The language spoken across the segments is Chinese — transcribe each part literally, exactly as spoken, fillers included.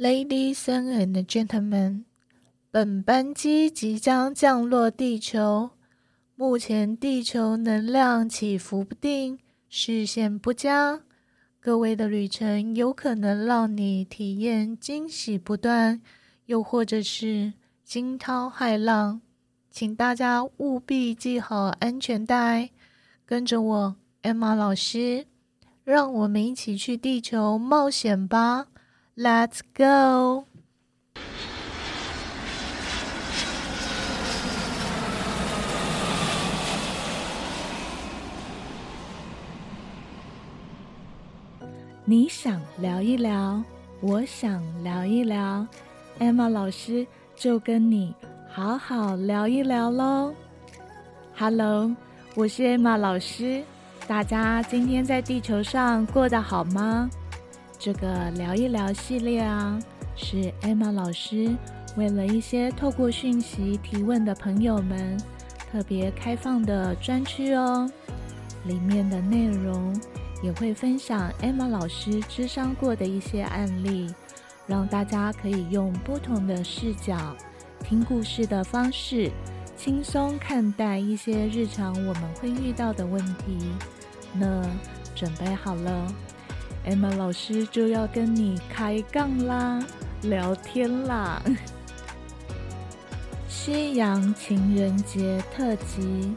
Ladies and gentlemen， 本班机即将降落地球。目前地球能量起伏不定，视线不佳，各位的旅程有可能让你体验惊喜不断，又或者是惊涛骇浪。请大家务必系好安全带，跟着我 Emma 老师，让我们一起去地球冒险吧。Let's go！ 你想聊一聊，我想聊一聊 Emma 老师就跟你好好聊一聊咯。 Hello， 我是 Emma 老师，大家今天在地球上过得好吗？这个聊一聊系列啊，是 Emma 老师为了一些透过讯息提问的朋友们特别开放的专区哦。里面的内容也会分享 Emma 老师諮商过的一些案例，让大家可以用不同的视角听故事的方式轻松看待一些日常我们会遇到的问题。那准备好了，Emma 老师就要跟你开杠啦，聊天啦。西洋情人节特辑，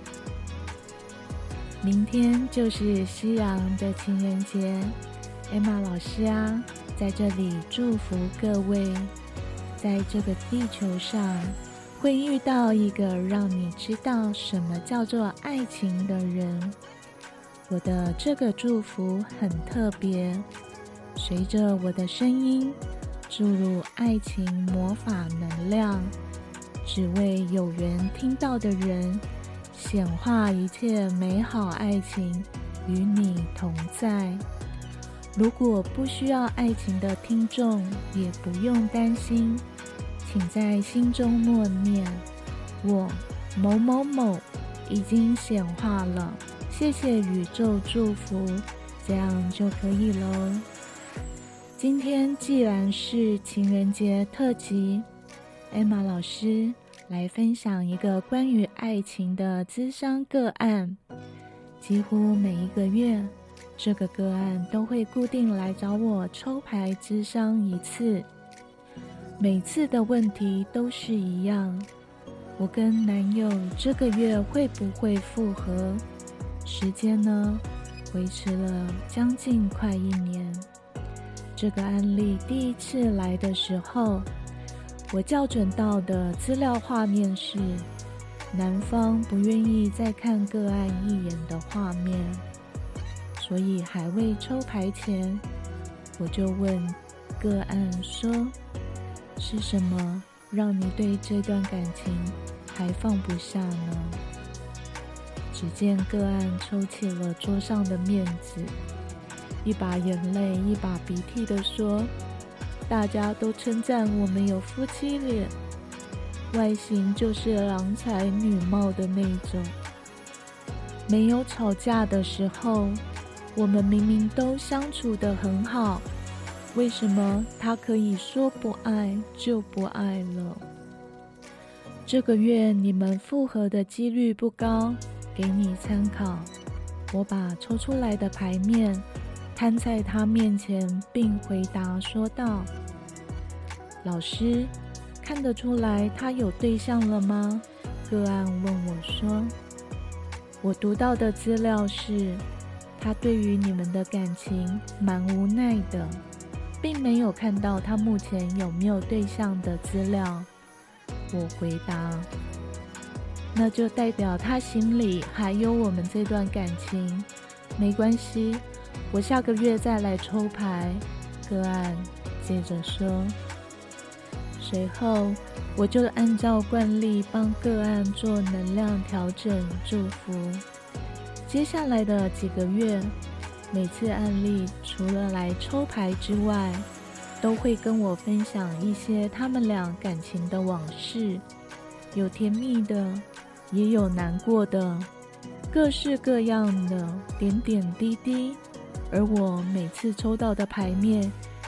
明天就是西洋的情人节。Emma 老师啊，在这里祝福各位，在这个地球上会遇到一个让你知道什么叫做爱情的人。我的这个祝福很特别，随着我的声音注入爱情魔法能量，只为有缘听到的人显化一切美好爱情与你同在。如果不需要爱情的听众也不用担心，请在心中默念：我某某某已经显化了，谢谢宇宙祝福，这样就可以咯。今天既然是情人节特辑， Emma 老师来分享一个关于爱情的諮商个案。几乎每一个月，这个个案都会固定来找我抽牌諮商一次，每次的问题都是一样：我跟男友这个月会不会复合？时间呢，维持了将近快一年。这个案例第一次来的时候，我校准到的资料画面是男方不愿意再看个案一眼的画面，所以还未抽牌前，我就问个案说：是什么让你对这段感情还放不下呢？只见个案抽起了桌上的面子，一把眼泪一把鼻涕地说：大家都称赞我们有夫妻脸，外形就是郎才女貌的那种。没有吵架的时候，我们明明都相处得很好，为什么他可以说不爱就不爱了？这个月你们复合的几率不高，给你参考。我把抽出来的牌面摊在他面前，并回答说道：老师，看得出来他有对象了吗？个案问我说。我读到的资料是，他对于你们的感情蛮无奈的，并没有看到他目前有没有对象的资料。我回答，那就代表他心里还有我们这段感情。没关系，我下个月再来抽牌。个案接着说。随后我就按照惯例帮个案做能量调整祝福。接下来的几个月，每次案例除了来抽牌之外，都会跟我分享一些他们俩感情的往事，有甜蜜的，也有难过的，各式各样的点点滴滴。而我每次抽到的牌面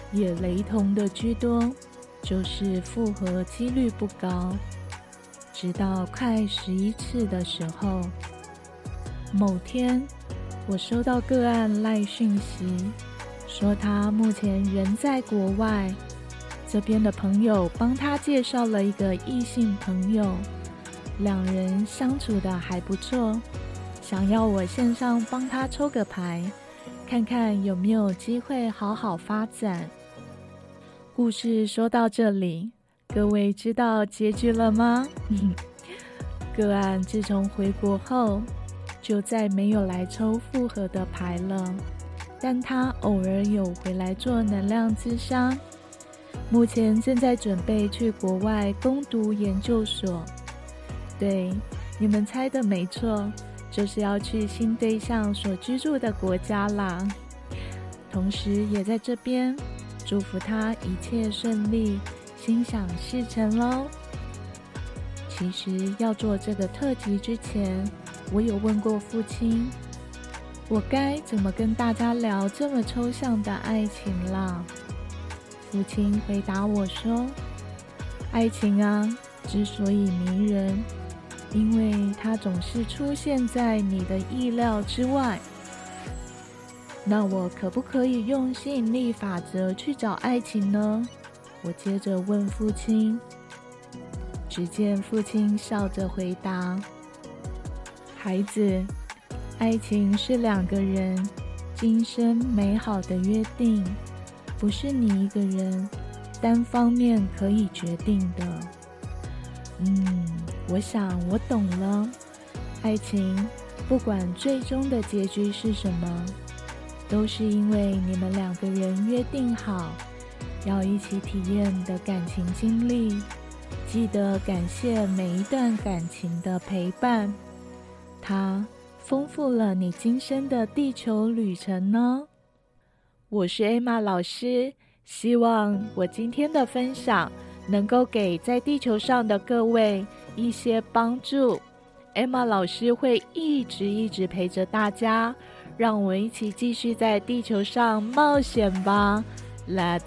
也雷同的居多，就是复合几率不高。直到快十一次的时候，某天我收到个案赖讯息，说他目前人在国外，这边的朋友帮他介绍了一个异性朋友，两人相处的还不错，想要我线上帮他抽个牌，看看有没有机会好好发展。故事说到这里，各位知道结局了吗？个案自从回国后就再没有来抽复合的牌了，但他偶尔有回来做能量咨商，目前正在准备去国外攻读研究所。对，你们猜的没错，就是要去新对象所居住的国家啦。同时也在这边祝福他一切顺利，心想事成咯。其实要做这个特辑之前，我有问过父亲，我该怎么跟大家聊这么抽象的爱情啦？父亲回答我说，爱情啊，之所以迷人，因为它总是出现在你的意料之外。那我可不可以用吸引力法则去找爱情呢？我接着问父亲，只见父亲笑着回答，孩子，爱情是两个人今生美好的约定，不是你一个人单方面可以决定的。嗯，我想我懂了。爱情不管最终的结局是什么，都是因为你们两个人约定好要一起体验的感情经历。记得感谢每一段感情的陪伴，它丰富了你今生的地球旅程呢。我是 Emma 老师，希望我今天的分享能够给在地球上的各位一些帮助。 Emma 老师会一直一直陪着大家，让我一起继续在地球上冒险吧。 Let's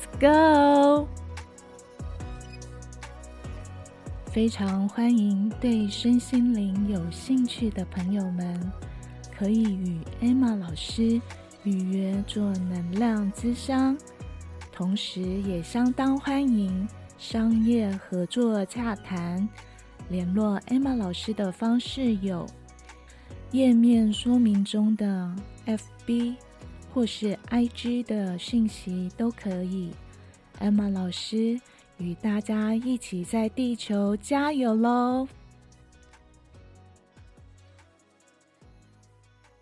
go！ 非常欢迎对身心灵有兴趣的朋友们可以与 Emma 老师预约做能量咨商，同时也相当欢迎商业合作洽谈。联络 Emma 老师的方式有页面说明中的 F B 或是 I G 的讯息都可以。 Emma 老师与大家一起在地球加油咯！